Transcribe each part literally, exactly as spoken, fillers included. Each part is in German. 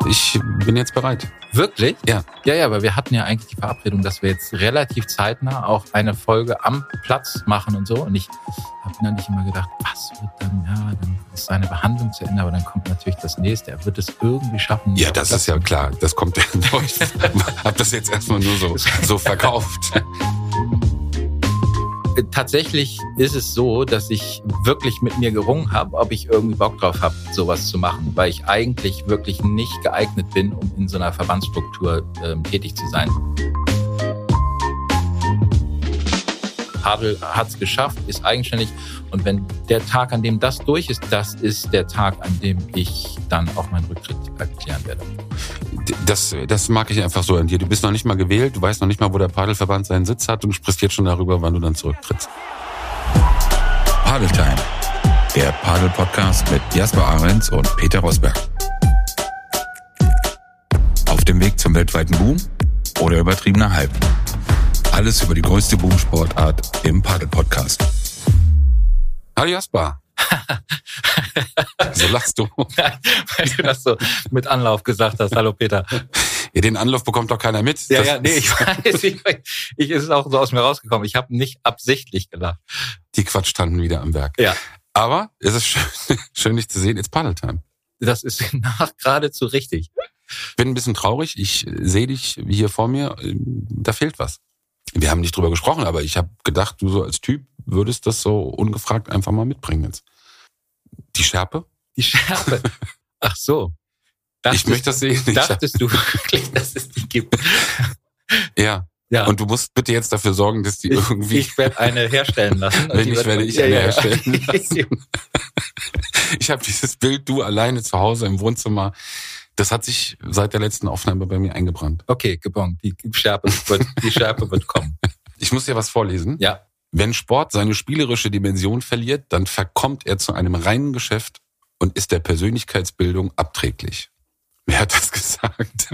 Ich bin jetzt bereit. Wirklich? Ja. Ja, ja, aber wir hatten ja eigentlich die Verabredung, dass wir jetzt relativ zeitnah auch eine Folge am Platz machen und so. Und ich habe dann nicht immer gedacht, was wird dann, ja, dann ist seine Behandlung zu Ende, aber dann kommt natürlich das nächste. Er wird es irgendwie schaffen. Ja, das ist ja klar. Das kommt ja durch. Ich habe das jetzt erstmal nur so, so verkauft. Tatsächlich ist es so, dass ich wirklich mit mir gerungen habe, ob ich irgendwie Bock drauf habe, sowas zu machen, weil ich eigentlich wirklich nicht geeignet bin, um in so einer Verbandsstruktur ähm, tätig zu sein. Padel hat es geschafft, ist eigenständig und wenn der Tag, an dem das durch ist, das ist der Tag, an dem ich dann auch meinen Rücktritt erklären werde. Das, das mag ich einfach so an dir. Du bist noch nicht mal gewählt, du weißt noch nicht mal, wo der Padelverband seinen Sitz hat und du sprichst jetzt schon darüber, wann du dann zurücktrittst. Padel Time, der Padel-Podcast mit Jasper Ahrens und Peter Rosberg. Auf dem Weg zum weltweiten Boom oder übertriebener Hype. Alles über die größte Boomsportart im Padel-Podcast. Hallo Jasper. So lachst du. Weil du das so mit Anlauf gesagt hast. Hallo Peter. Ja, den Anlauf bekommt doch keiner mit. Ja, das ja, nee, ich weiß, ich, ich ist auch so aus mir rausgekommen. Ich habe nicht absichtlich gelacht. Die Quatschtanten wieder am Werk. Ja. Aber es ist schön, schön dich zu sehen. It's Padel Time. Das ist nach geradezu richtig. Bin ein bisschen traurig. Ich sehe dich hier vor mir. Da fehlt was. Wir haben nicht drüber gesprochen, aber ich habe gedacht, du so als Typ würdest das so ungefragt einfach mal mitbringen jetzt. Die Schärpe? Die Schärpe. Ach so. Dachtest, ich möchte das sehen. Dachtest du wirklich, dass es die gibt? Ja. Ja. Und du musst bitte jetzt dafür sorgen, dass die ich, irgendwie... Ich werde eine herstellen lassen. Wenn nicht, werde ich ja, eine ja, herstellen ja. lassen. Ich habe dieses Bild, du alleine zu Hause im Wohnzimmer, das hat sich seit der letzten Aufnahme bei mir eingebrannt. Okay, gebongt. Die Schärpe wird, die Schärpe wird kommen. Ich muss dir was vorlesen. Ja. Wenn Sport seine spielerische Dimension verliert, dann verkommt er zu einem reinen Geschäft und ist der Persönlichkeitsbildung abträglich. Wer hat das gesagt?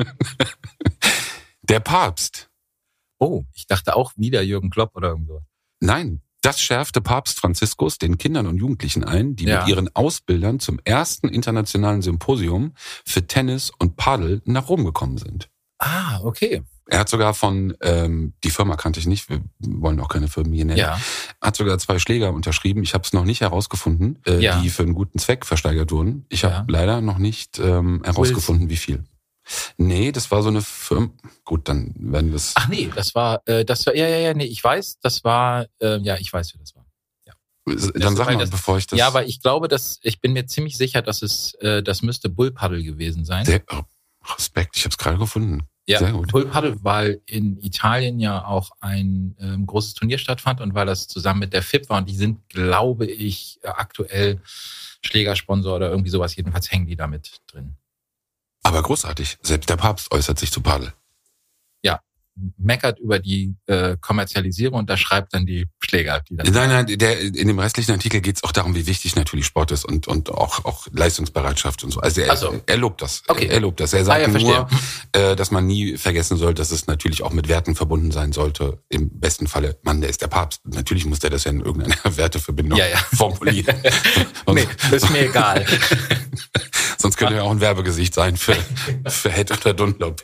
Der Papst. Oh, ich dachte auch wieder Jürgen Klopp oder irgendwo. Nein, das schärfte Papst Franziskus den Kindern und Jugendlichen ein, die ja. mit ihren Ausbildern zum ersten internationalen Symposium für Tennis und Padel nach Rom gekommen sind. Ah, okay. Er hat sogar von, ähm, die Firma kannte ich nicht, wir wollen auch keine Firmen hier nennen, ja. hat sogar zwei Schläger unterschrieben. Ich habe es noch nicht herausgefunden, äh, ja. die für einen guten Zweck versteigert wurden. Ich habe ja. leider noch nicht ähm, herausgefunden, wie viel. Nee, das war so eine Firma. Gut, dann werden wir es. Ach nee, das war, äh, das war, ja, ja, ja, nee, ich weiß, das war, äh, ja, ich weiß, wie das war. Ja. Dann sag mal, das, bevor ich das. Ja, aber ich glaube, dass, ich bin mir ziemlich sicher, dass es, äh, das müsste Bull Paddle gewesen sein. Sehr, oh, Respekt, ich habe es gerade gefunden. Ja, sehr gut. Bull Paddle, weil in Italien ja auch ein ähm, großes Turnier stattfand und weil das zusammen mit der F I P war und die sind, glaube ich, aktuell Schlägersponsor oder irgendwie sowas. Jedenfalls hängen die da mit drin. Aber großartig. Selbst der Papst äußert sich zu Padel. Ja, meckert über die äh, Kommerzialisierung und da schreibt dann die Schläger. Die dann nein, nein, der, in dem restlichen Artikel geht es auch darum, wie wichtig natürlich Sport ist und und auch auch Leistungsbereitschaft und so. Also er, so. er lobt das. Okay. Er lobt das. Er sagt ah, ja, nur, äh, dass man nie vergessen soll, dass es natürlich auch mit Werten verbunden sein sollte. Im besten Falle, Mann, der ist der Papst. Natürlich muss der das ja in irgendeiner Werteverbindung ja, ja. formulieren. Nee, ist mir egal. Sonst könnte er auch ein Werbegesicht sein für, für Head oder Dunlop.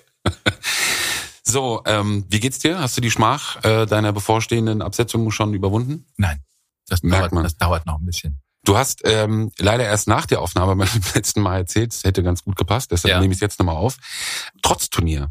So, ähm, wie geht's dir? Hast du die Schmach äh, deiner bevorstehenden Absetzung schon überwunden? Nein, das Merkt dauert, man. das dauert noch ein bisschen. Du hast ähm, leider erst nach der Aufnahme beim letzten Mal erzählt, es hätte ganz gut gepasst, deshalb ja. nehme ich es jetzt nochmal auf. Trotz Turnier.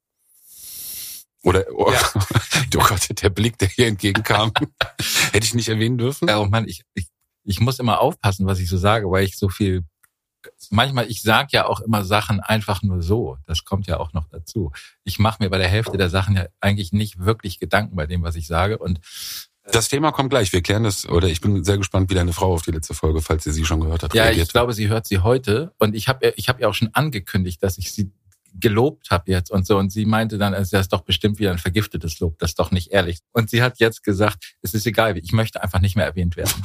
Oder, oh, ja. oh Gott, der Blick, der hier entgegenkam, hätte ich nicht erwähnen dürfen. Ja, oh Mann, ich, ich, ich muss immer aufpassen, was ich so sage, weil ich so viel... Manchmal, ich sage ja auch immer Sachen einfach nur so. Das kommt ja auch noch dazu. Ich mache mir bei der Hälfte der Sachen ja eigentlich nicht wirklich Gedanken bei dem, was ich sage. Und das Thema kommt gleich. Wir klären das, oder ich bin sehr gespannt, wie deine Frau auf die letzte Folge, falls sie sie schon gehört hat, ja, reagiert. ich glaube, sie hört sie heute. Und ich habe ich hab ja auch schon angekündigt, dass ich sie gelobt habe jetzt und so. Und sie meinte dann, also das ist doch bestimmt wieder ein vergiftetes Lob. Das ist doch nicht ehrlich. Und sie hat jetzt gesagt, es ist egal, ich möchte einfach nicht mehr erwähnt werden.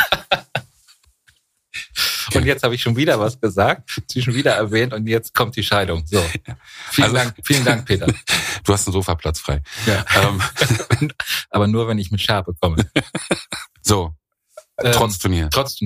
Und jetzt habe ich schon wieder was gesagt, sie schon wieder erwähnt und jetzt kommt die Scheidung. So, vielen also, Dank, vielen Dank, Peter. Du hast einen Sofaplatz frei. Ja. Ähm. Aber nur, wenn ich mit Schärpe komme. So, Ähm, trotz Turnier. Trotz Turnier.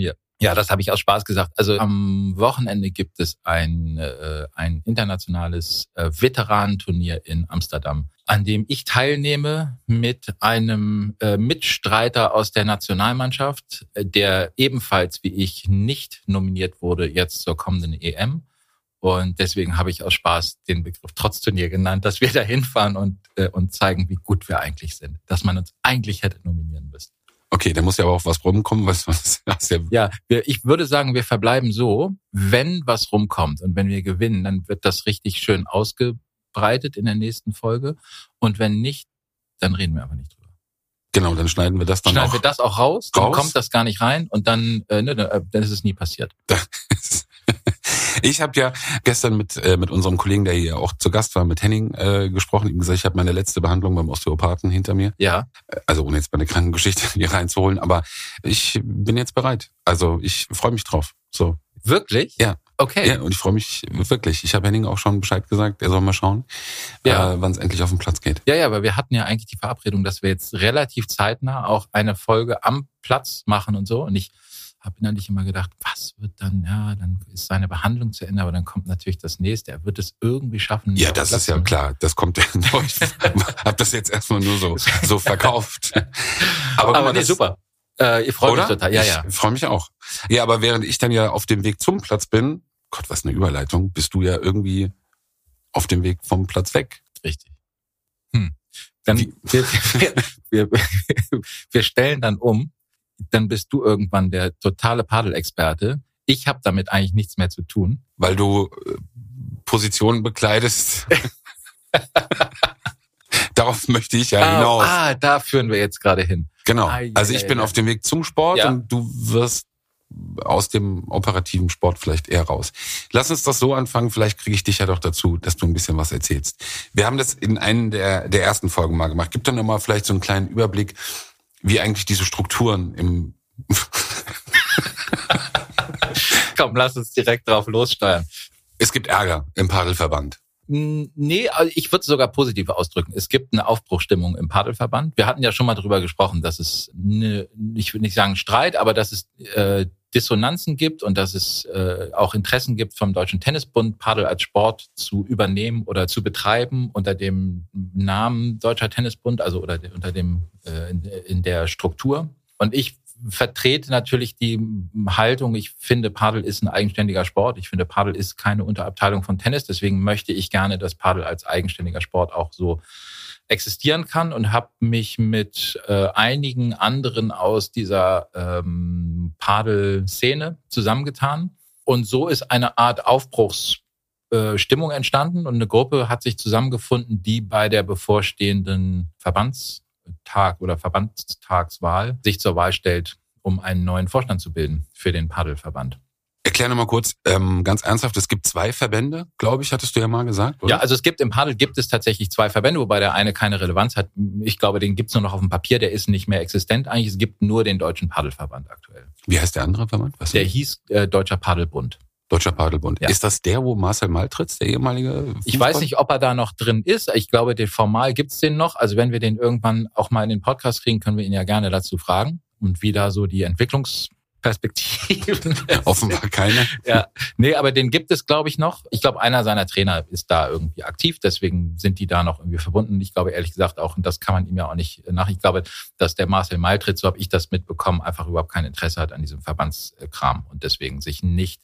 Ja, das habe ich aus Spaß gesagt. Also am Wochenende gibt es ein, äh, ein internationales äh, Veteranenturnier in Amsterdam, an dem ich teilnehme mit einem äh, Mitstreiter aus der Nationalmannschaft, der ebenfalls wie ich nicht nominiert wurde jetzt zur kommenden E M. Und deswegen habe ich aus Spaß den Begriff Trotzturnier genannt, dass wir da hinfahren und, äh, und zeigen, wie gut wir eigentlich sind. Dass man uns eigentlich hätte nominieren müssen. Okay, da muss ja aber auch was rumkommen, was, was, was ja... Ja, wir, ich würde sagen, wir verbleiben so, wenn was rumkommt und wenn wir gewinnen, dann wird das richtig schön ausgebreitet in der nächsten Folge. Und wenn nicht, dann reden wir einfach nicht drüber. Genau, dann schneiden wir das dann schneiden auch wir das auch raus, dann raus? kommt das gar nicht rein und dann, äh, ne, dann, dann ist es nie passiert. Ich habe ja gestern mit äh, mit unserem Kollegen, der hier auch zu Gast war, mit Henning äh, gesprochen, ihm gesagt, ich habe meine letzte Behandlung beim Osteopathen hinter mir. Ja. Also ohne jetzt meine Krankengeschichte hier reinzuholen, aber ich bin jetzt bereit. Also ich freue mich drauf. So. Wirklich? Ja. Okay. Ja, und ich freue mich wirklich. Ich habe Henning auch schon Bescheid gesagt, er soll mal schauen, ja. äh, wann es endlich auf den Platz geht. Ja, ja, aber wir hatten ja eigentlich die Verabredung, dass wir jetzt relativ zeitnah auch eine Folge am Platz machen und so. Und ich habe innerlich immer gedacht, was wird dann, ja, dann ist seine Behandlung zu Ende, aber dann kommt natürlich das nächste. Er wird es irgendwie schaffen. Ja, das ist ja klar. Das kommt ja noch. Ich habe das jetzt erstmal nur so so verkauft. Aber, aber nee, das, super. Äh, ich freue mich total. Ja, ja. Ich freue mich auch. Ja, aber während ich dann ja auf dem Weg zum Platz bin, Gott, was eine Überleitung, bist du ja irgendwie auf dem Weg vom Platz weg. Richtig. Hm. Dann wir, wir, wir, wir stellen dann um. Dann bist du irgendwann der totale Paddelexperte. Ich habe damit eigentlich nichts mehr zu tun. Weil du äh, Positionen bekleidest. Darauf möchte ich ja ah, hinaus. Ah, da führen wir jetzt gerade hin. Genau. Ah, ja, also ich ja, bin ja. auf dem Weg zum Sport ja. und du wirst aus dem operativen Sport vielleicht eher raus. Lass uns das so anfangen, vielleicht kriege ich dich ja doch dazu, dass du ein bisschen was erzählst. Wir haben das in einer der, der ersten Folgen mal gemacht. Gib dann nochmal vielleicht so einen kleinen Überblick, wie eigentlich diese Strukturen im... Komm, lass uns direkt drauf lossteuern. Es gibt Ärger im Paddelverband. Nee, ich würde es sogar positiv ausdrücken. Es gibt eine Aufbruchsstimmung im Paddelverband. Wir hatten ja schon mal drüber gesprochen, dass es, eine, ich würde nicht sagen Streit, aber dass es äh, Dissonanzen gibt und dass es äh, auch Interessen gibt vom Deutschen Tennisbund, Paddel als Sport zu übernehmen oder zu betreiben unter dem Namen Deutscher Tennisbund, also oder unter dem äh, in, in der Struktur. Und ich vertrete natürlich die Haltung, ich finde, Paddel ist ein eigenständiger Sport. Ich finde, Paddel ist keine Unterabteilung von Tennis. Deswegen möchte ich gerne, dass Paddel als eigenständiger Sport auch so existieren kann und habe mich mit äh, einigen anderen aus dieser ähm, Paddel-Szene zusammengetan. Und so ist eine Art Aufbruchsstimmung äh, entstanden und eine Gruppe hat sich zusammengefunden, die bei der bevorstehenden Verbandstag oder Verbandstagswahl sich zur Wahl stellt, um einen neuen Vorstand zu bilden für den Paddelverband. Erklär nochmal kurz, ähm, ganz ernsthaft, es gibt zwei Verbände, glaube ich, hattest du ja mal gesagt, oder? Ja, also es gibt im Paddel gibt es tatsächlich zwei Verbände, wobei der eine keine Relevanz hat. Ich glaube, den gibt's nur noch auf dem Papier, der ist nicht mehr existent. Eigentlich, es gibt nur den Deutschen Paddelverband aktuell. Wie heißt der andere Verband? Was der hieß äh, Deutscher Paddelbund. Deutscher Paddelbund. Ja. Ist das der, wo Marcel Maltritz, der ehemalige Fußball? Ich weiß nicht, ob er da noch drin ist. Ich glaube, den formal gibt's den noch. Also wenn wir den irgendwann auch mal in den Podcast kriegen, können wir ihn ja gerne dazu fragen. Und wie da so die Entwicklungsperspektiven Offenbar keine. Ja, nee, aber den gibt es, glaube ich, noch. Ich glaube, einer seiner Trainer ist da irgendwie aktiv. Deswegen sind die da noch irgendwie verbunden. Ich glaube, ehrlich gesagt auch, und das kann man ihm ja auch nicht nach. Ich glaube, dass der Marcel Maltritz, so habe ich das mitbekommen, einfach überhaupt kein Interesse hat an diesem Verbandskram und deswegen sich nicht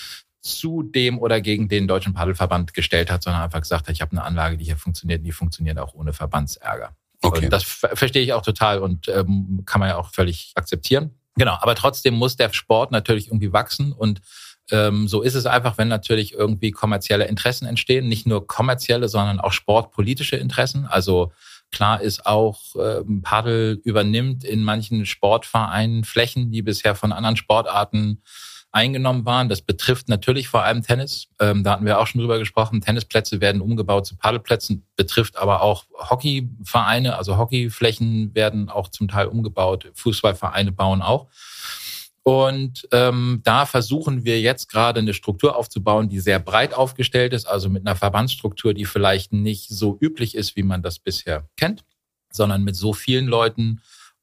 zu dem oder gegen den Deutschen Paddelverband gestellt hat, sondern einfach gesagt hat, ich habe eine Anlage, die hier funktioniert, die funktioniert auch ohne Verbandsärger. Okay. Und das verstehe ich auch total und ähm, kann man ja auch völlig akzeptieren. Genau, aber trotzdem muss der Sport natürlich irgendwie wachsen und ähm, so ist es einfach, wenn natürlich irgendwie kommerzielle Interessen entstehen, nicht nur kommerzielle, sondern auch sportpolitische Interessen. Also klar ist auch, ähm, Paddel übernimmt in manchen Sportvereinen Flächen, die bisher von anderen Sportarten eingenommen waren. Das betrifft natürlich vor allem Tennis. Ähm, da hatten wir auch schon drüber gesprochen. Tennisplätze werden umgebaut zu Paddelplätzen, betrifft aber auch Hockeyvereine. Also Hockeyflächen werden auch zum Teil umgebaut. Fußballvereine bauen auch. Und ähm, da versuchen wir jetzt gerade eine Struktur aufzubauen, die sehr breit aufgestellt ist, also mit einer Verbandsstruktur, die vielleicht nicht so üblich ist, wie man das bisher kennt, sondern mit so vielen Leuten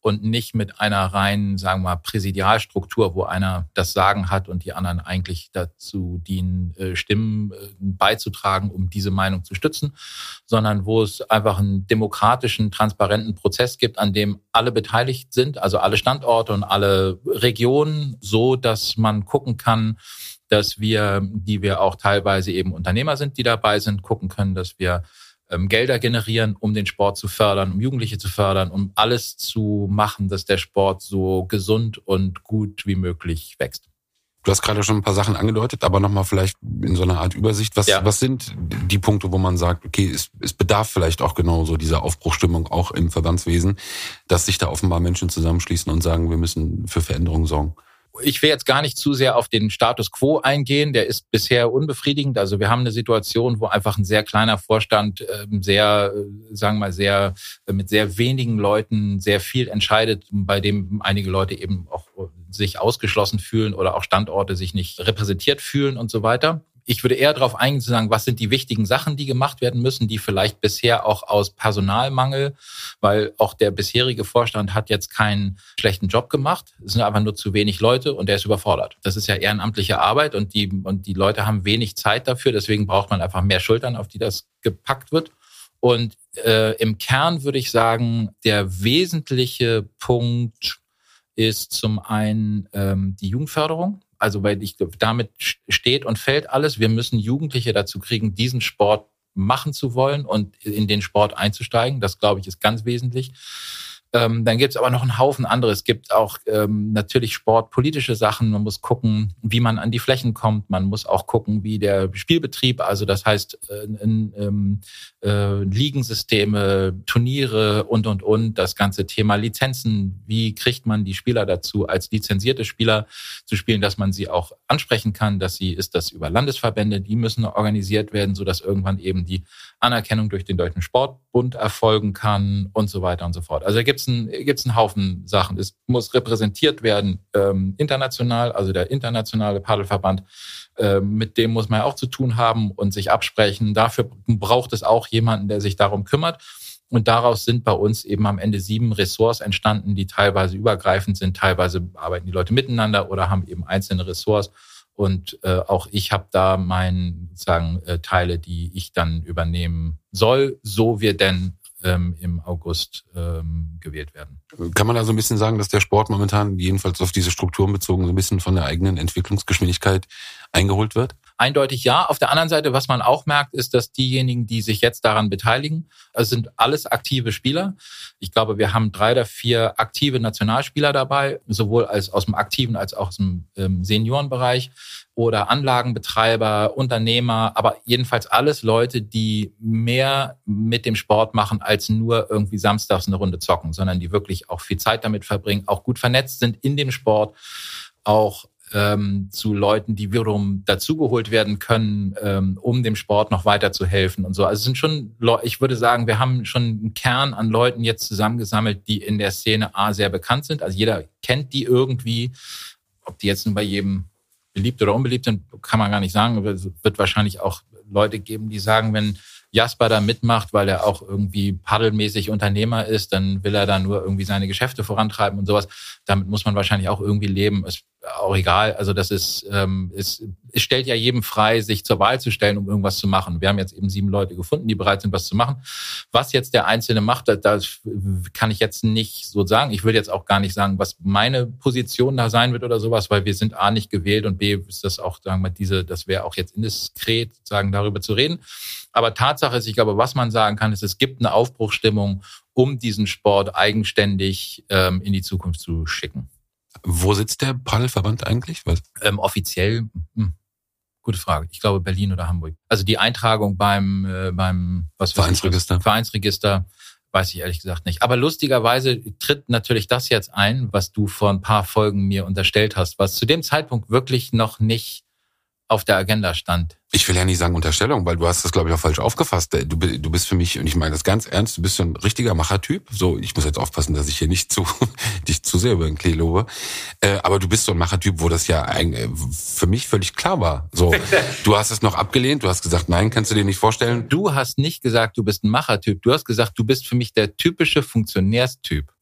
und nicht mit einer reinen, sagen wir mal, Präsidialstruktur, wo einer das Sagen hat und die anderen eigentlich dazu dienen, Stimmen beizutragen, um diese Meinung zu stützen, sondern wo es einfach einen demokratischen, transparenten Prozess gibt, an dem alle beteiligt sind, also alle Standorte und alle Regionen, so dass man gucken kann, dass wir, die wir auch teilweise eben Unternehmer sind, die dabei sind, gucken können, dass wir ähm, Gelder generieren, um den Sport zu fördern, um Jugendliche zu fördern, um alles zu machen, dass der Sport so gesund und gut wie möglich wächst. Du hast gerade schon ein paar Sachen angedeutet, aber nochmal vielleicht in so einer Art Übersicht. Was, ja. was sind die Punkte, wo man sagt, okay, es, es bedarf vielleicht auch genauso dieser Aufbruchstimmung auch im Verbandswesen, dass sich da offenbar Menschen zusammenschließen und sagen, wir müssen für Veränderungen sorgen? Ich will jetzt gar nicht zu sehr auf den Status quo eingehen. Der ist bisher unbefriedigend. Also wir haben eine Situation, wo einfach ein sehr kleiner Vorstand äh, sehr, äh, sagen wir mal, sehr äh, mit sehr wenigen Leuten sehr viel entscheidet, bei dem einige Leute eben auch sich ausgeschlossen fühlen oder auch Standorte sich nicht repräsentiert fühlen und so weiter. Ich würde eher darauf eingehen zu sagen, was sind die wichtigen Sachen, die gemacht werden müssen, die vielleicht bisher auch aus Personalmangel, weil auch der bisherige Vorstand hat jetzt keinen schlechten Job gemacht. Es sind einfach nur zu wenig Leute und der ist überfordert. Das ist ja ehrenamtliche Arbeit und die, und die Leute haben wenig Zeit dafür. Deswegen braucht man einfach mehr Schultern, auf die das gepackt wird. Und äh, im Kern würde ich sagen, der wesentliche Punkt ist zum einen ähm, die Jugendförderung. Also weil ich damit steht und fällt alles. Wir müssen Jugendliche dazu kriegen, diesen Sport machen zu wollen und in den Sport einzusteigen. Das, glaube ich, ist ganz wesentlich. Ähm, dann gibt es aber noch einen Haufen anderes. Es gibt auch ähm, natürlich sportpolitische Sachen. Man muss gucken, wie man an die Flächen kommt. Man muss auch gucken, wie der Spielbetrieb, also das heißt äh, in, äh, Ligensysteme, Turniere und, und, und. Das ganze Thema Lizenzen. Wie kriegt man die Spieler dazu, als lizenzierte Spieler zu spielen, dass man sie auch ansprechen kann, dass sie, ist das über Landesverbände, die müssen organisiert werden, sodass irgendwann eben die Anerkennung durch den Deutschen Sportbund erfolgen kann und so weiter und so fort. Also da gibt es ein, gibt's einen Haufen Sachen. Es muss repräsentiert werden ähm, international, also der internationale Paddelverband, äh, mit dem muss man ja auch zu tun haben und sich absprechen. Dafür braucht es auch jemanden, der sich darum kümmert. Und daraus sind bei uns eben am Ende sieben Ressorts entstanden, die teilweise übergreifend sind, teilweise arbeiten die Leute miteinander oder haben eben einzelne Ressorts. Und äh, auch ich habe da meine sozusagen äh, Teile, die ich dann übernehmen soll, so wir denn ähm, im August ähm, gewählt werden. Kann man da so ein bisschen sagen, dass der Sport momentan, jedenfalls auf diese Strukturen bezogen, so ein bisschen von der eigenen Entwicklungsgeschwindigkeit eingeholt wird? Eindeutig ja. Auf der anderen Seite, was man auch merkt, ist, dass diejenigen, die sich jetzt daran beteiligen, also sind alles aktive Spieler. Ich glaube, wir haben drei oder vier aktive Nationalspieler dabei, sowohl als aus dem aktiven als auch aus dem ähm, Seniorenbereich oder Anlagenbetreiber, Unternehmer, aber jedenfalls alles Leute, die mehr mit dem Sport machen, als nur irgendwie samstags eine Runde zocken, sondern die wirklich auch viel Zeit damit verbringen, auch gut vernetzt sind in dem Sport, auch Ähm, zu Leuten, die wiederum dazugeholt werden können, ähm, um dem Sport noch weiter zu helfen und so. Also es sind schon, ich würde sagen, wir haben schon einen Kern an Leuten jetzt zusammengesammelt, die in der Szene A sehr bekannt sind. Also jeder kennt die irgendwie. Ob die jetzt nur bei jedem beliebt oder unbeliebt sind, kann man gar nicht sagen. Es wird wahrscheinlich auch Leute geben, die sagen, wenn Jasper da mitmacht, weil er auch irgendwie paddelmäßig Unternehmer ist, dann will er da nur irgendwie seine Geschäfte vorantreiben und sowas. Damit muss man wahrscheinlich auch irgendwie leben. Ist auch egal. Also das ist, ähm, ist, es stellt ja jedem frei, sich zur Wahl zu stellen, um irgendwas zu machen. Wir haben jetzt eben sieben Leute gefunden, die bereit sind, was zu machen. Was jetzt der Einzelne macht, das kann ich jetzt nicht so sagen. Ich will jetzt auch gar nicht sagen, was meine Position da sein wird oder sowas, weil wir sind A nicht gewählt und B ist das auch, sagen wir, diese, das wäre auch jetzt indiskret, sagen, darüber zu reden. Aber Tatsache ist, ich glaube, was man sagen kann, ist, es gibt eine Aufbruchsstimmung, um diesen Sport eigenständig ähm, in die Zukunft zu schicken. Wo sitzt der Paddelverband eigentlich? Was? Ähm, offiziell, hm, gute Frage. Ich glaube Berlin oder Hamburg. Also die Eintragung beim äh, beim was Vereinsregister. Ich, Vereinsregister weiß ich ehrlich gesagt nicht. Aber lustigerweise tritt natürlich das jetzt ein, was du vor ein paar Folgen mir unterstellt hast, was zu dem Zeitpunkt wirklich noch nicht auf der Agenda stand. Ich will ja nicht sagen Unterstellung, weil du hast das, glaube ich, auch falsch aufgefasst. Du, du bist für mich, und ich meine das ganz ernst, du bist so ein richtiger Machertyp. So, ich muss jetzt aufpassen, dass ich hier nicht zu dich zu sehr über den Klee lobe. Äh, aber du bist so ein Machertyp, wo das ja eigentlich für mich völlig klar war. So, du hast es noch abgelehnt, du hast gesagt, nein, kannst du dir nicht vorstellen. Du hast nicht gesagt, du bist ein Machertyp. Du hast gesagt, du bist für mich der typische Funktionärstyp.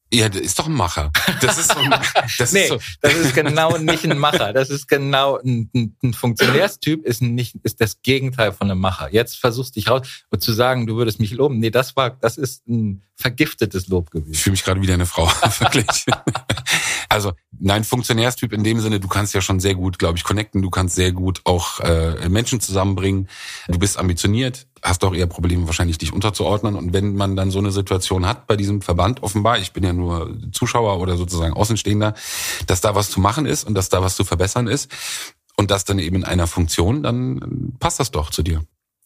Ja, das ist doch ein Macher. Das ist so ein, das nee, ist so. das ist genau nicht ein Macher. Das ist genau ein, ein, ein Funktionärstyp ist nicht, ist das Gegenteil von einem Macher. Jetzt versuchst dich raus und zu sagen, du würdest mich loben. Nee, das war, das ist ein vergiftetes Lob gewesen. Ich fühle mich gerade wie eine Frau, wirklich. Also, nein, Funktionärstyp in dem Sinne, du kannst ja schon sehr gut, glaube ich, connecten, du kannst sehr gut auch äh, Menschen zusammenbringen, du bist ambitioniert, hast auch eher Probleme wahrscheinlich, dich unterzuordnen, und wenn man dann so eine Situation hat bei diesem Verband, offenbar, ich bin ja nur Zuschauer oder sozusagen Außenstehender, dass da was zu machen ist und dass da was zu verbessern ist und das dann eben in einer Funktion, dann passt das doch zu dir.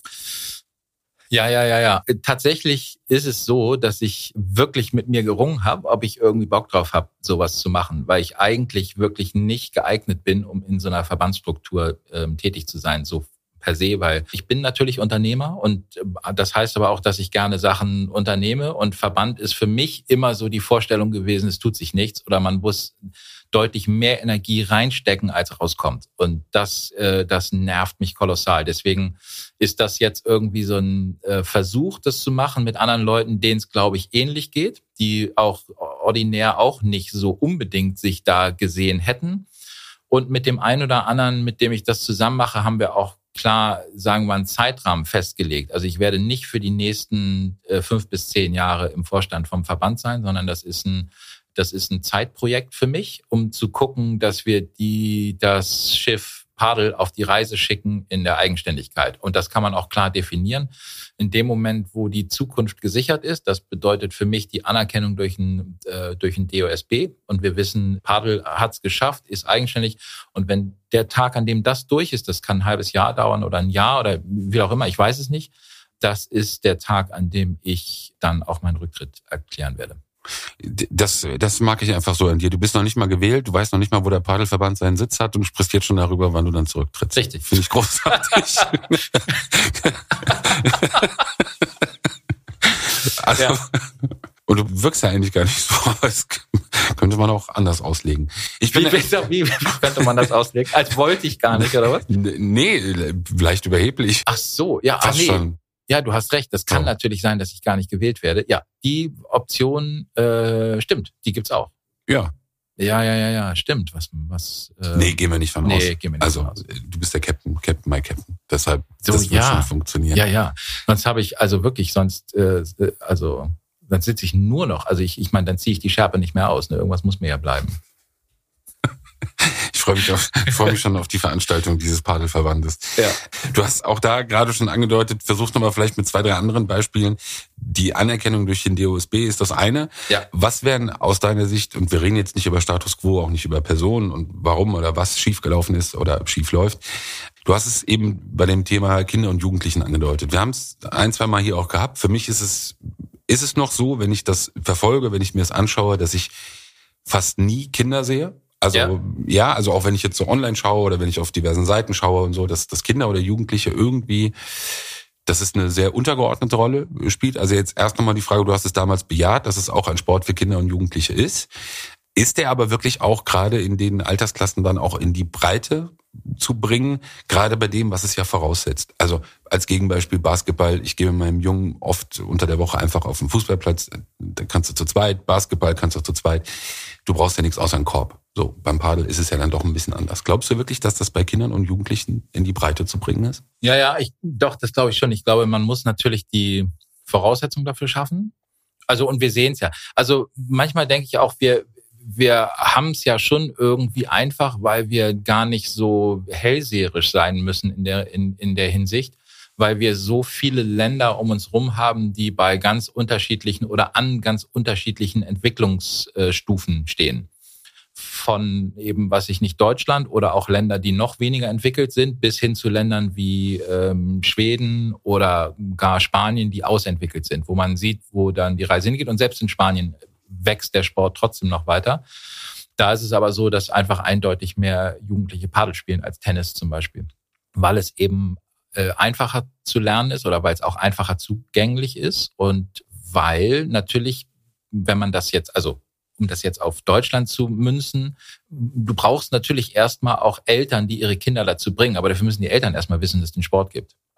Ja, ja, ja, ja. Tatsächlich ist es so, dass ich wirklich mit mir gerungen habe, ob ich irgendwie Bock drauf habe, sowas zu machen, weil ich eigentlich wirklich nicht geeignet bin, um in so einer Verbandsstruktur ähm, tätig zu sein, so per se, weil ich bin natürlich Unternehmer und das heißt aber auch, dass ich gerne Sachen unternehme, und Verband ist für mich immer so die Vorstellung gewesen, es tut sich nichts oder man muss deutlich mehr Energie reinstecken, als rauskommt, und das äh, das nervt mich kolossal. Deswegen ist das jetzt irgendwie so ein äh, Versuch, das zu machen mit anderen Leuten, denen es, glaube ich, ähnlich geht, die auch ordinär auch nicht so unbedingt sich da gesehen hätten, und mit dem einen oder anderen, mit dem ich das zusammen mache, haben wir auch klar, sagen wir, einen Zeitrahmen festgelegt. Also ich werde nicht für die nächsten äh, fünf bis zehn Jahre im Vorstand vom Verband sein, sondern das ist ein, das ist ein Zeitprojekt für mich, um zu gucken, dass wir die, das Schiff Padel auf die Reise schicken in der Eigenständigkeit. Und das kann man auch klar definieren. In dem Moment, wo die Zukunft gesichert ist, das bedeutet für mich die Anerkennung durch ein, äh, durch ein D O S B. Und wir wissen, Padel hat es geschafft, ist eigenständig. Und wenn der Tag, an dem das durch ist, das kann ein halbes Jahr dauern oder ein Jahr oder wie auch immer, ich weiß es nicht, das ist der Tag, an dem ich dann auch meinen Rücktritt erklären werde. Das, das mag ich einfach so an dir. Du bist noch nicht mal gewählt, du weißt noch nicht mal, wo der Padelverband seinen Sitz hat und sprichst jetzt schon darüber, wann du dann zurücktrittst. Richtig. Finde ich großartig. Also, ja. Und du wirkst ja eigentlich gar nicht so, aber das könnte man auch anders auslegen. Ich bin wie, wie, wie, wie könnte man das auslegen? Als wollte ich gar nicht, oder was? Nee, leicht überheblich. Ach so, ja, ach nee. Schon. Ja, du hast recht. Das kann ja natürlich sein, dass ich gar nicht gewählt werde. Ja, die Option äh, stimmt. Die gibt's auch. Ja. Ja, ja, ja, ja, stimmt. Was, was? Äh, nee, gehen wir nicht von nee, aus. Gehen wir nicht also von aus. Du bist der Captain, Captain, my Captain. Deshalb so, das wird ja. schon funktionieren. Ja, ja. Sonst habe ich also wirklich sonst, äh, also dann sitze ich nur noch. Also ich, ich meine, dann ziehe ich die Schärpe nicht mehr aus. Ne? Irgendwas muss mir ja bleiben. Ich freue mich, auf, ich freue mich schon auf die Veranstaltung dieses Padelverbandes. Ja. Du hast auch da gerade schon angedeutet, versuchst nochmal vielleicht mit zwei, drei anderen Beispielen. Die Anerkennung durch den D O S B ist das eine. Ja. Was wären aus deiner Sicht, und wir reden jetzt nicht über Status Quo, auch nicht über Personen und warum oder was schiefgelaufen ist oder schief läuft. Du hast es eben bei dem Thema Kinder und Jugendlichen angedeutet. Wir haben es ein, zwei Mal hier auch gehabt. Für mich ist es, ist es noch so, wenn ich das verfolge, wenn ich mir das anschaue, dass ich fast nie Kinder sehe. Also ja. ja, also auch wenn ich jetzt so online schaue oder wenn ich auf diversen Seiten schaue und so, dass, dass Kinder oder Jugendliche irgendwie, dass es eine sehr untergeordnete Rolle spielt. Also jetzt erst nochmal die Frage, du hast es damals bejaht, dass es auch ein Sport für Kinder und Jugendliche ist. Ist der aber wirklich auch gerade in den Altersklassen dann auch in die Breite zu bringen, gerade bei dem, was es ja voraussetzt? Also als Gegenbeispiel Basketball, ich gehe mit meinem Jungen oft unter der Woche einfach auf den Fußballplatz, da kannst du zu zweit, Basketball kannst du zu zweit, du brauchst ja nichts außer einen Korb. So, beim Padel ist es ja dann doch ein bisschen anders. Glaubst du wirklich, dass das bei Kindern und Jugendlichen in die Breite zu bringen ist? Ja, ja, ich, doch, das glaube ich schon. Ich glaube, man muss natürlich die Voraussetzungen dafür schaffen. Also, und wir sehen es ja. Also, manchmal denke ich auch, wir, wir haben es ja schon irgendwie einfach, weil wir gar nicht so hellseherisch sein müssen in der, in, in der Hinsicht, weil wir so viele Länder um uns rum haben, die bei ganz unterschiedlichen oder an ganz unterschiedlichen Entwicklungsstufen stehen. Von eben, was ich nicht, Deutschland oder auch Länder, die noch weniger entwickelt sind, bis hin zu Ländern wie ähm, Schweden oder gar Spanien, die ausentwickelt sind, wo man sieht, wo dann die Reise hingeht. Und selbst in Spanien wächst der Sport trotzdem noch weiter. Da ist es aber so, dass einfach eindeutig mehr Jugendliche Padel spielen als Tennis zum Beispiel, weil es eben äh, einfacher zu lernen ist oder weil es auch einfacher zugänglich ist und weil natürlich, wenn man das jetzt, also um das jetzt auf Deutschland zu münzen, du brauchst natürlich erstmal auch Eltern, die ihre Kinder dazu bringen, aber dafür müssen die Eltern erstmal wissen, dass es den Sport gibt.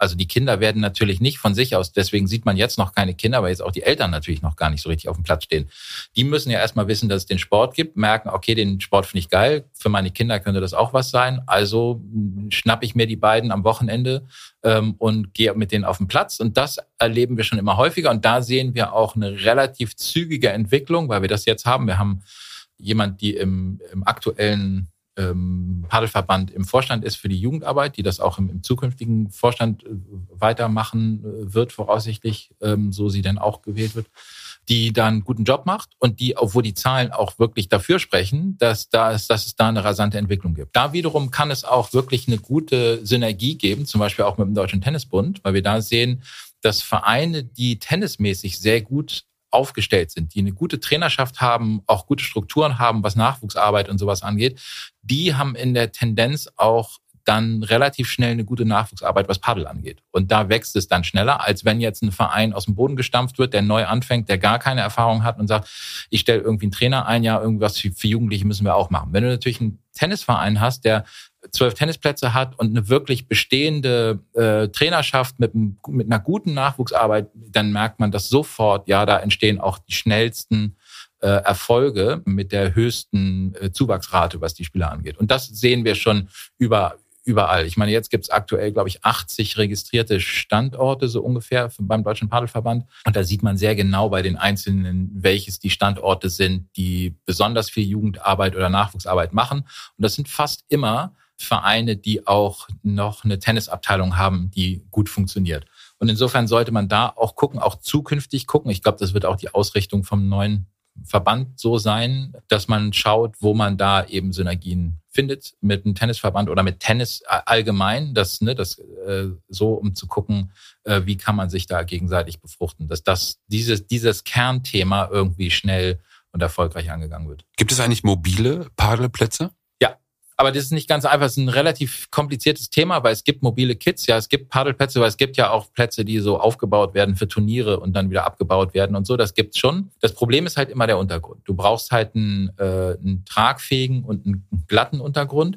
Also die Kinder werden natürlich nicht von sich aus, deswegen sieht man jetzt noch keine Kinder, weil jetzt auch die Eltern natürlich noch gar nicht so richtig auf dem Platz stehen. Die müssen ja erstmal wissen, dass es den Sport gibt, merken, okay, den Sport finde ich geil, für meine Kinder könnte das auch was sein, also schnapp ich mir die beiden am Wochenende ähm, und gehe mit denen auf den Platz. Und das erleben wir schon immer häufiger und da sehen wir auch eine relativ zügige Entwicklung, weil wir das jetzt haben. Wir haben jemand, die im, im aktuellen ähm, Paddelverband im Vorstand ist für die Jugendarbeit, die das auch im, im zukünftigen Vorstand äh, weitermachen äh, wird, voraussichtlich, ähm, so sie dann auch gewählt wird, die dann einen guten Job macht und die, obwohl die Zahlen auch wirklich dafür sprechen, dass, da ist, dass es da eine rasante Entwicklung gibt. Da wiederum kann es auch wirklich eine gute Synergie geben, zum Beispiel auch mit dem Deutschen Tennisbund, weil wir da sehen, dass Vereine, die tennismäßig sehr gut aufgestellt sind, die eine gute Trainerschaft haben, auch gute Strukturen haben, was Nachwuchsarbeit und sowas angeht, die haben in der Tendenz auch dann relativ schnell eine gute Nachwuchsarbeit, was Paddel angeht. Und da wächst es dann schneller, als wenn jetzt ein Verein aus dem Boden gestampft wird, der neu anfängt, der gar keine Erfahrung hat und sagt, ich stelle irgendwie einen Trainer ein, ja, irgendwas für Jugendliche müssen wir auch machen. Wenn du natürlich einen Tennisverein hast, der zwölf Tennisplätze hat und eine wirklich bestehende äh, Trainerschaft mit, mit einer guten Nachwuchsarbeit, dann merkt man das sofort, ja, da entstehen auch die schnellsten äh, Erfolge mit der höchsten äh, Zuwachsrate, was die Spieler angeht. Und das sehen wir schon über überall. Ich meine, jetzt gibt es aktuell, glaube ich, achtzig registrierte Standorte, so ungefähr beim Deutschen Paddelverband. Und da sieht man sehr genau bei den Einzelnen, welches die Standorte sind, die besonders viel Jugendarbeit oder Nachwuchsarbeit machen. Und das sind fast immer Vereine, die auch noch eine Tennisabteilung haben, die gut funktioniert. Und insofern sollte man da auch gucken, auch zukünftig gucken. Ich glaube, das wird auch die Ausrichtung vom neuen Verband so sein, dass man schaut, wo man da eben Synergien findet mit einem Tennisverband oder mit Tennis allgemein, das, ne, das äh, so, um zu gucken, äh, wie kann man sich da gegenseitig befruchten, dass das dieses dieses Kernthema irgendwie schnell und erfolgreich angegangen wird. Gibt es eigentlich mobile Paddelplätze? Aber das ist nicht ganz einfach. Es ist ein relativ kompliziertes Thema, weil es gibt mobile Kits, ja, es gibt Paddelplätze, aber es gibt ja auch Plätze, die so aufgebaut werden für Turniere und dann wieder abgebaut werden und so. Das gibt's schon. Das Problem ist halt immer der Untergrund. Du brauchst halt einen, äh, einen tragfähigen und einen glatten Untergrund.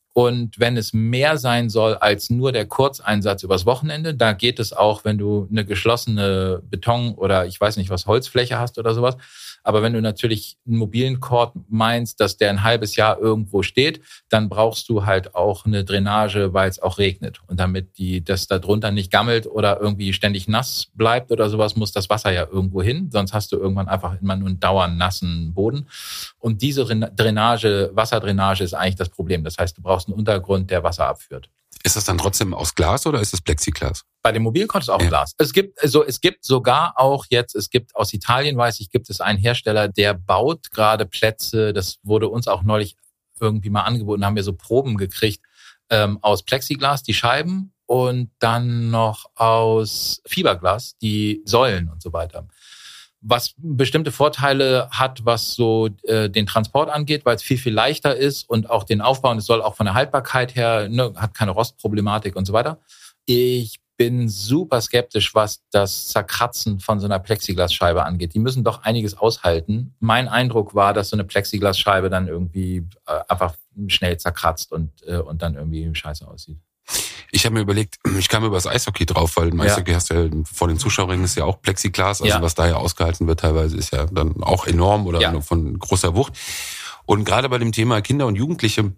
Und wenn es mehr sein soll als nur der Kurzeinsatz übers Wochenende, da geht es auch, wenn du eine geschlossene Beton- oder ich weiß nicht was, Holzfläche hast oder sowas. Aber wenn du natürlich einen mobilen Court meinst, dass der ein halbes Jahr irgendwo steht, dann brauchst du halt auch eine Drainage, weil es auch regnet. Und damit die das da drunter nicht gammelt oder irgendwie ständig nass bleibt oder sowas, muss das Wasser ja irgendwo hin. Sonst hast du irgendwann einfach immer nur einen dauernd nassen Boden. Und diese Drainage, Wasserdrainage ist eigentlich das Problem. Das heißt, du brauchst einen Untergrund, der Wasser abführt. Ist das dann trotzdem aus Glas oder ist das Plexiglas? Bei dem Mobilcourt ist auch ja. Glas. Es gibt also es gibt sogar auch jetzt, es gibt aus Italien, weiß ich, gibt es einen Hersteller, der baut gerade Plätze, das wurde uns auch neulich irgendwie mal angeboten, haben wir so Proben gekriegt, ähm, aus Plexiglas, die Scheiben und dann noch aus Fiberglas, die Säulen und so weiter. Was bestimmte Vorteile hat, was so äh, den Transport angeht, weil es viel, viel leichter ist und auch den Aufbau, und es soll auch von der Haltbarkeit her, ne, hat keine Rostproblematik und so weiter. Ich bin super skeptisch, was das Zerkratzen von so einer Plexiglasscheibe angeht. Die müssen doch einiges aushalten. Mein Eindruck war, dass so eine Plexiglasscheibe dann irgendwie äh, einfach schnell zerkratzt und, äh, und dann irgendwie scheiße aussieht. Ich habe mir überlegt, ich kam über das Eishockey drauf, weil im Eishockey ja. hast du ja vor den Zuschauerringen ist ja auch Plexiglas, also ja. was da ja ausgehalten wird teilweise ist ja dann auch enorm oder ja. von großer Wucht. Und gerade bei dem Thema Kinder und Jugendliche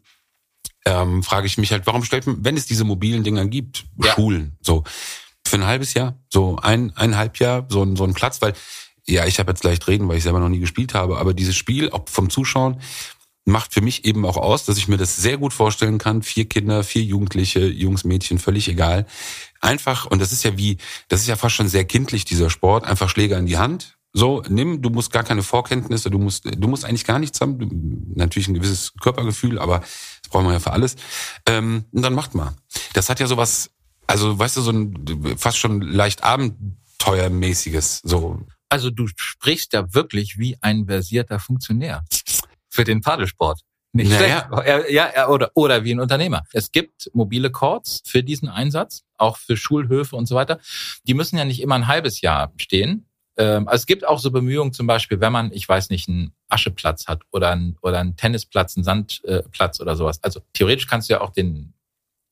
ähm, frage ich mich halt, warum stellt man, wenn es diese mobilen Dinger gibt, ja. Schulen, so für ein halbes Jahr, so ein eineinhalb Jahr, so ein so ein Platz, weil ja, ich habe jetzt leicht reden, weil ich selber noch nie gespielt habe, aber dieses Spiel, auch vom Zuschauen, macht für mich eben auch aus, dass ich mir das sehr gut vorstellen kann. Vier Kinder, vier Jugendliche, Jungs, Mädchen, völlig egal. Einfach, und das ist ja wie, das ist ja fast schon sehr kindlich, dieser Sport, einfach Schläger in die Hand. So, nimm, du musst gar keine Vorkenntnisse, du musst, du musst eigentlich gar nichts haben. Du, natürlich ein gewisses Körpergefühl, aber das brauchen wir ja für alles. Ähm, und dann macht mal. Das hat ja sowas, also weißt du, so ein fast schon leicht abenteuermäßiges, so. Also du sprichst ja wirklich wie ein versierter Funktionär. Für den Paddelsport. Nicht naja. schlecht. Ja, ja, oder, oder wie ein Unternehmer. Es gibt mobile Courts für diesen Einsatz, auch für Schulhöfe und so weiter. Die müssen ja nicht immer ein halbes Jahr stehen. Also es gibt auch so Bemühungen, zum Beispiel, wenn man, ich weiß nicht, einen Ascheplatz hat oder einen, oder einen Tennisplatz, einen Sandplatz oder sowas. Also theoretisch kannst du ja auch den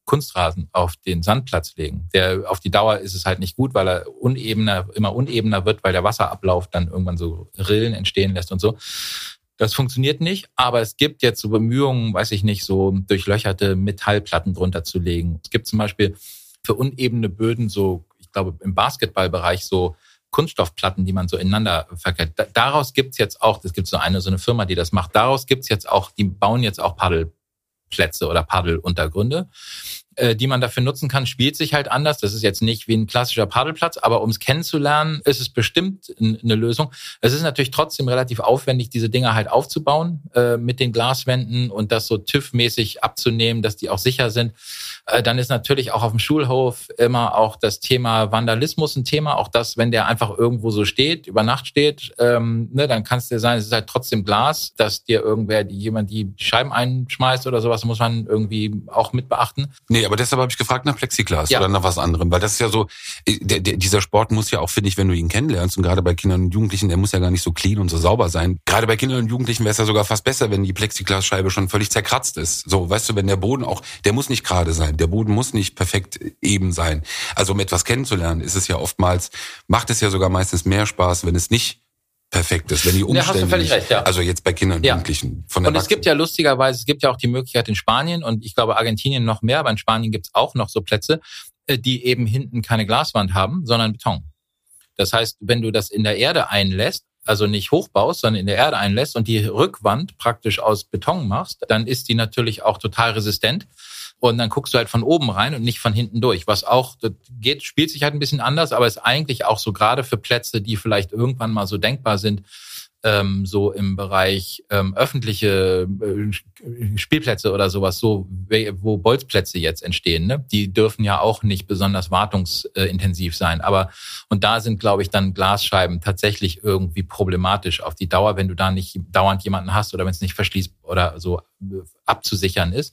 Kunstrasen auf den Sandplatz legen. Der, auf die Dauer ist es halt nicht gut, weil er unebener, immer unebener wird, weil der Wasserablauf dann irgendwann so Rillen entstehen lässt und so. Das funktioniert nicht, aber es gibt jetzt so Bemühungen, weiß ich nicht, so durchlöcherte Metallplatten drunter zu legen. Es gibt zum Beispiel für unebene Böden so, ich glaube im Basketballbereich so Kunststoffplatten, die man so ineinander verkehrt. Daraus gibt's jetzt auch, das gibt so eine so eine Firma, die das macht. Daraus gibt's jetzt auch, die bauen jetzt auch Paddelplätze oder Paddeluntergründe, die man dafür nutzen kann, spielt sich halt anders. Das ist jetzt nicht wie ein klassischer Paddelplatz, aber um es kennenzulernen, ist es bestimmt eine Lösung. Es ist natürlich trotzdem relativ aufwendig, diese Dinger halt aufzubauen äh, mit den Glaswänden und das so TÜV-mäßig abzunehmen, dass die auch sicher sind. Äh, dann ist natürlich auch auf dem Schulhof immer auch das Thema Vandalismus ein Thema. Auch das, wenn der einfach irgendwo so steht, über Nacht steht, ähm, ne, dann kann es dir sein, es ist halt trotzdem Glas, dass dir irgendwer, die, jemand die Scheiben einschmeißt oder sowas, muss man irgendwie auch mit beachten. Nee, aber deshalb habe ich gefragt nach Plexiglas ja. oder nach was anderem, weil das ist ja so, der, der, dieser Sport muss ja auch, finde ich, wenn du ihn kennenlernst und gerade bei Kindern und Jugendlichen, der muss ja gar nicht so clean und so sauber sein. Gerade bei Kindern und Jugendlichen wäre es ja sogar fast besser, wenn die Plexiglasscheibe schon völlig zerkratzt ist. So, weißt du, wenn der Boden auch, der muss nicht gerade sein, der Boden muss nicht perfekt eben sein. Also um etwas kennenzulernen, ist es ja oftmals, macht es ja sogar meistens mehr Spaß, wenn es nicht perfekt ist, wenn die Umstände, ja, hast du völlig recht, ja. Also jetzt bei Kindern und ja. Jugendlichen. Von der und es gibt ja lustigerweise, es gibt ja auch die Möglichkeit in Spanien und ich glaube Argentinien noch mehr, aber in Spanien gibt es auch noch so Plätze, die eben hinten keine Glaswand haben, sondern Beton. Das heißt, wenn du das in der Erde einlässt, also nicht hochbaust, sondern in der Erde einlässt und die Rückwand praktisch aus Beton machst, dann ist die natürlich auch total resistent. Und dann guckst du halt von oben rein und nicht von hinten durch. Was auch, das geht, spielt sich halt ein bisschen anders, aber ist eigentlich auch so gerade für Plätze, die vielleicht irgendwann mal so denkbar sind, ähm, so im Bereich ähm, öffentliche äh, Spielplätze oder sowas, so wo Bolzplätze jetzt entstehen, ne? Die dürfen ja auch nicht besonders wartungsintensiv sein. Aber und da sind, glaube ich, dann Glasscheiben tatsächlich irgendwie problematisch auf die Dauer, wenn du da nicht dauernd jemanden hast oder wenn es nicht verschließt oder so abzusichern ist.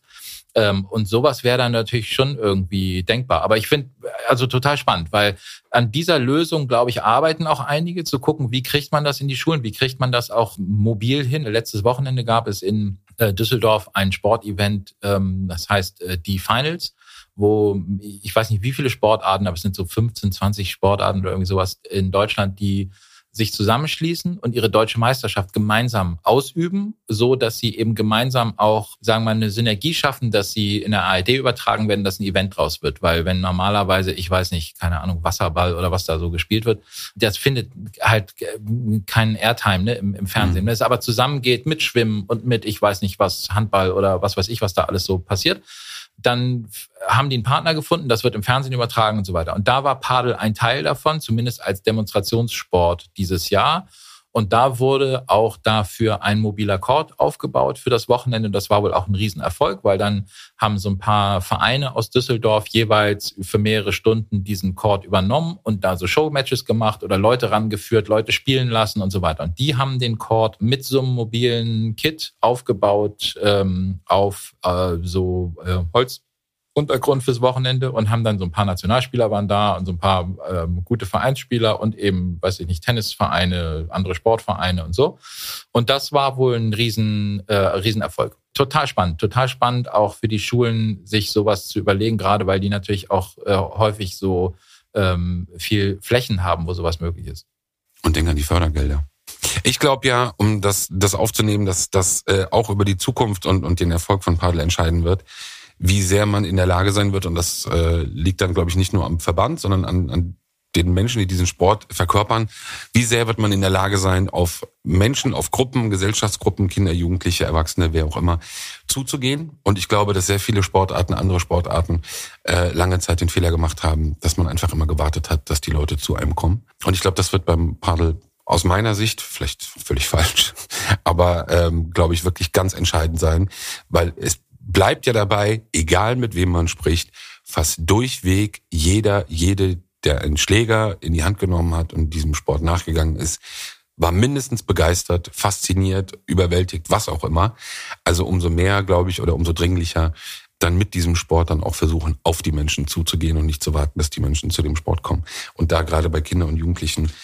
Und sowas wäre dann natürlich schon irgendwie denkbar. Aber ich finde, also total spannend, weil an dieser Lösung, glaube ich, arbeiten auch einige, zu gucken, wie kriegt man das in die Schulen, wie kriegt man das auch mobil hin. Letztes Wochenende gab es in Düsseldorf ein Sportevent, das heißt die Finals, wo ich weiß nicht, wie viele Sportarten, aber es sind so fünfzehn, zwanzig Sportarten oder irgendwie sowas in Deutschland, die sich zusammenschließen und ihre deutsche Meisterschaft gemeinsam ausüben, so dass sie eben gemeinsam auch, sagen wir mal, eine Synergie schaffen, dass sie in der A R D übertragen werden, dass ein Event draus wird. Weil wenn normalerweise, ich weiß nicht, keine Ahnung, Wasserball oder was da so gespielt wird, das findet halt keinen Airtime, ne, im, im Fernsehen. Mhm. Wenn es aber zusammengeht mit Schwimmen und mit, ich weiß nicht was, Handball oder was weiß ich, was da alles so passiert, dann haben die einen Partner gefunden, das wird im Fernsehen übertragen und so weiter. Und da war Padel ein Teil davon, zumindest als Demonstrationssport dieses Jahr. Und da wurde auch dafür ein mobiler Court aufgebaut für das Wochenende. Das war wohl auch ein Riesenerfolg, weil dann haben so ein paar Vereine aus Düsseldorf jeweils für mehrere Stunden diesen Court übernommen und da so Showmatches gemacht oder Leute rangeführt, Leute spielen lassen und so weiter. Und die haben den Court mit so einem mobilen Kit aufgebaut ähm, auf äh, so äh, Holz. Untergrund fürs Wochenende und haben dann so ein paar Nationalspieler waren da und so ein paar ähm, gute Vereinsspieler und eben, weiß ich nicht, Tennisvereine, andere Sportvereine und so. Und das war wohl ein riesen, äh, Riesenerfolg. Total spannend, total spannend auch für die Schulen, sich sowas zu überlegen, gerade weil die natürlich auch äh, häufig so ähm, viel Flächen haben, wo sowas möglich ist. Und denk an die Fördergelder. Ich glaube ja, um das, das aufzunehmen, dass das äh, auch über die Zukunft und, und den Erfolg von Padel entscheiden wird, wie sehr man in der Lage sein wird, und das äh, liegt dann, glaube ich, nicht nur am Verband, sondern an, an den Menschen, die diesen Sport verkörpern, wie sehr wird man in der Lage sein, auf Menschen, auf Gruppen, Gesellschaftsgruppen, Kinder, Jugendliche, Erwachsene, wer auch immer, zuzugehen. Und ich glaube, dass sehr viele Sportarten, andere Sportarten äh, lange Zeit den Fehler gemacht haben, dass man einfach immer gewartet hat, dass die Leute zu einem kommen. Und ich glaube, das wird beim Padel aus meiner Sicht, vielleicht völlig falsch, aber ähm, glaube ich wirklich ganz entscheidend sein, weil es bleibt ja dabei, egal mit wem man spricht, fast durchweg jeder, jede, der einen Schläger in die Hand genommen hat und diesem Sport nachgegangen ist, war mindestens begeistert, fasziniert, überwältigt, was auch immer. Also umso mehr, glaube ich, oder umso dringlicher dann mit diesem Sport dann auch versuchen, auf die Menschen zuzugehen und nicht zu warten, dass die Menschen zu dem Sport kommen. Und da gerade bei Kindern und Jugendlichen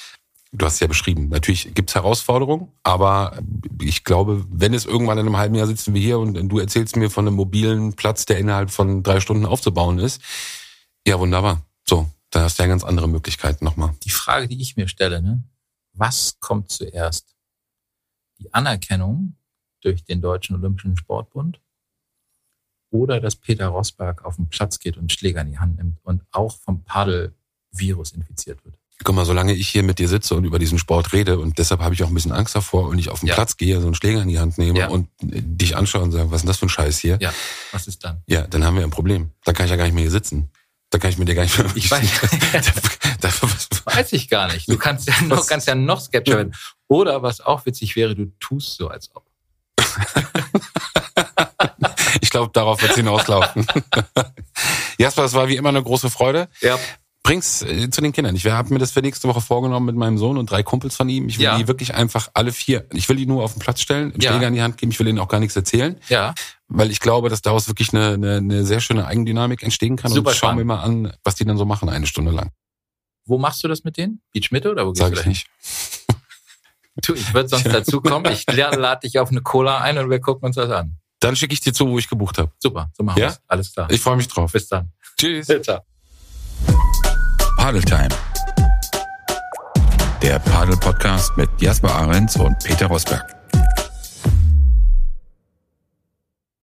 Du hast es ja beschrieben. Natürlich gibt's Herausforderungen, aber ich glaube, wenn es irgendwann in einem halben Jahr sitzen wir hier und du erzählst mir von einem mobilen Platz, der innerhalb von drei Stunden aufzubauen ist, ja wunderbar. So, da hast du ja ganz andere Möglichkeiten nochmal. Die Frage, die ich mir stelle, ne? Was kommt zuerst? Die Anerkennung durch den Deutschen Olympischen Sportbund oder dass Peter Rosberg auf den Platz geht und einen Schläger in die Hand nimmt und auch vom Padel-Virus infiziert wird? Guck mal, solange ich hier mit dir sitze und über diesen Sport rede und deshalb habe ich auch ein bisschen Angst davor und ich auf den ja. Platz gehe, so einen Schläger in die Hand nehme ja. und dich anschaue und sage, was ist denn das für ein Scheiß hier? Ja, was ist dann? Ja, dann haben wir ein Problem. Da kann ich ja gar nicht mehr hier sitzen. Da kann ich mit dir gar nicht mehr... Ich weiß, das weiß ich gar nicht. Du kannst ja noch, kannst ja noch skeptischer werden. Oder was auch witzig wäre, du tust so, als ob. Ich glaube, darauf wird es hinauslaufen. Jasper, es war wie immer eine große Freude. Ja. Bring's äh, zu den Kindern. Ich habe mir das für nächste Woche vorgenommen mit meinem Sohn und drei Kumpels von ihm. Ich will ja. die wirklich einfach alle vier, ich will die nur auf den Platz stellen, einen ja. Schläger in die Hand geben, ich will ihnen auch gar nichts erzählen. Ja. Weil ich glaube, dass daraus wirklich eine, eine, eine sehr schöne Eigendynamik entstehen kann. Super und schauen wir spannend. mal an, was die dann so machen, eine Stunde lang. Wo machst du das mit denen? Beach Mitte oder wo gehst Sag du ich dahin? nicht. Du, ich würde sonst dazukommen. Ich lade dich auf eine Cola ein und wir gucken uns das an. Dann schicke ich dir zu, wo ich gebucht habe. Super, so machen wir ja? es. Alles klar. Ich freue mich drauf. Bis dann. Tschüss. Ciao. Padel Time. Der Padel Podcast mit Jasper Ahrens und Peter Rosberg.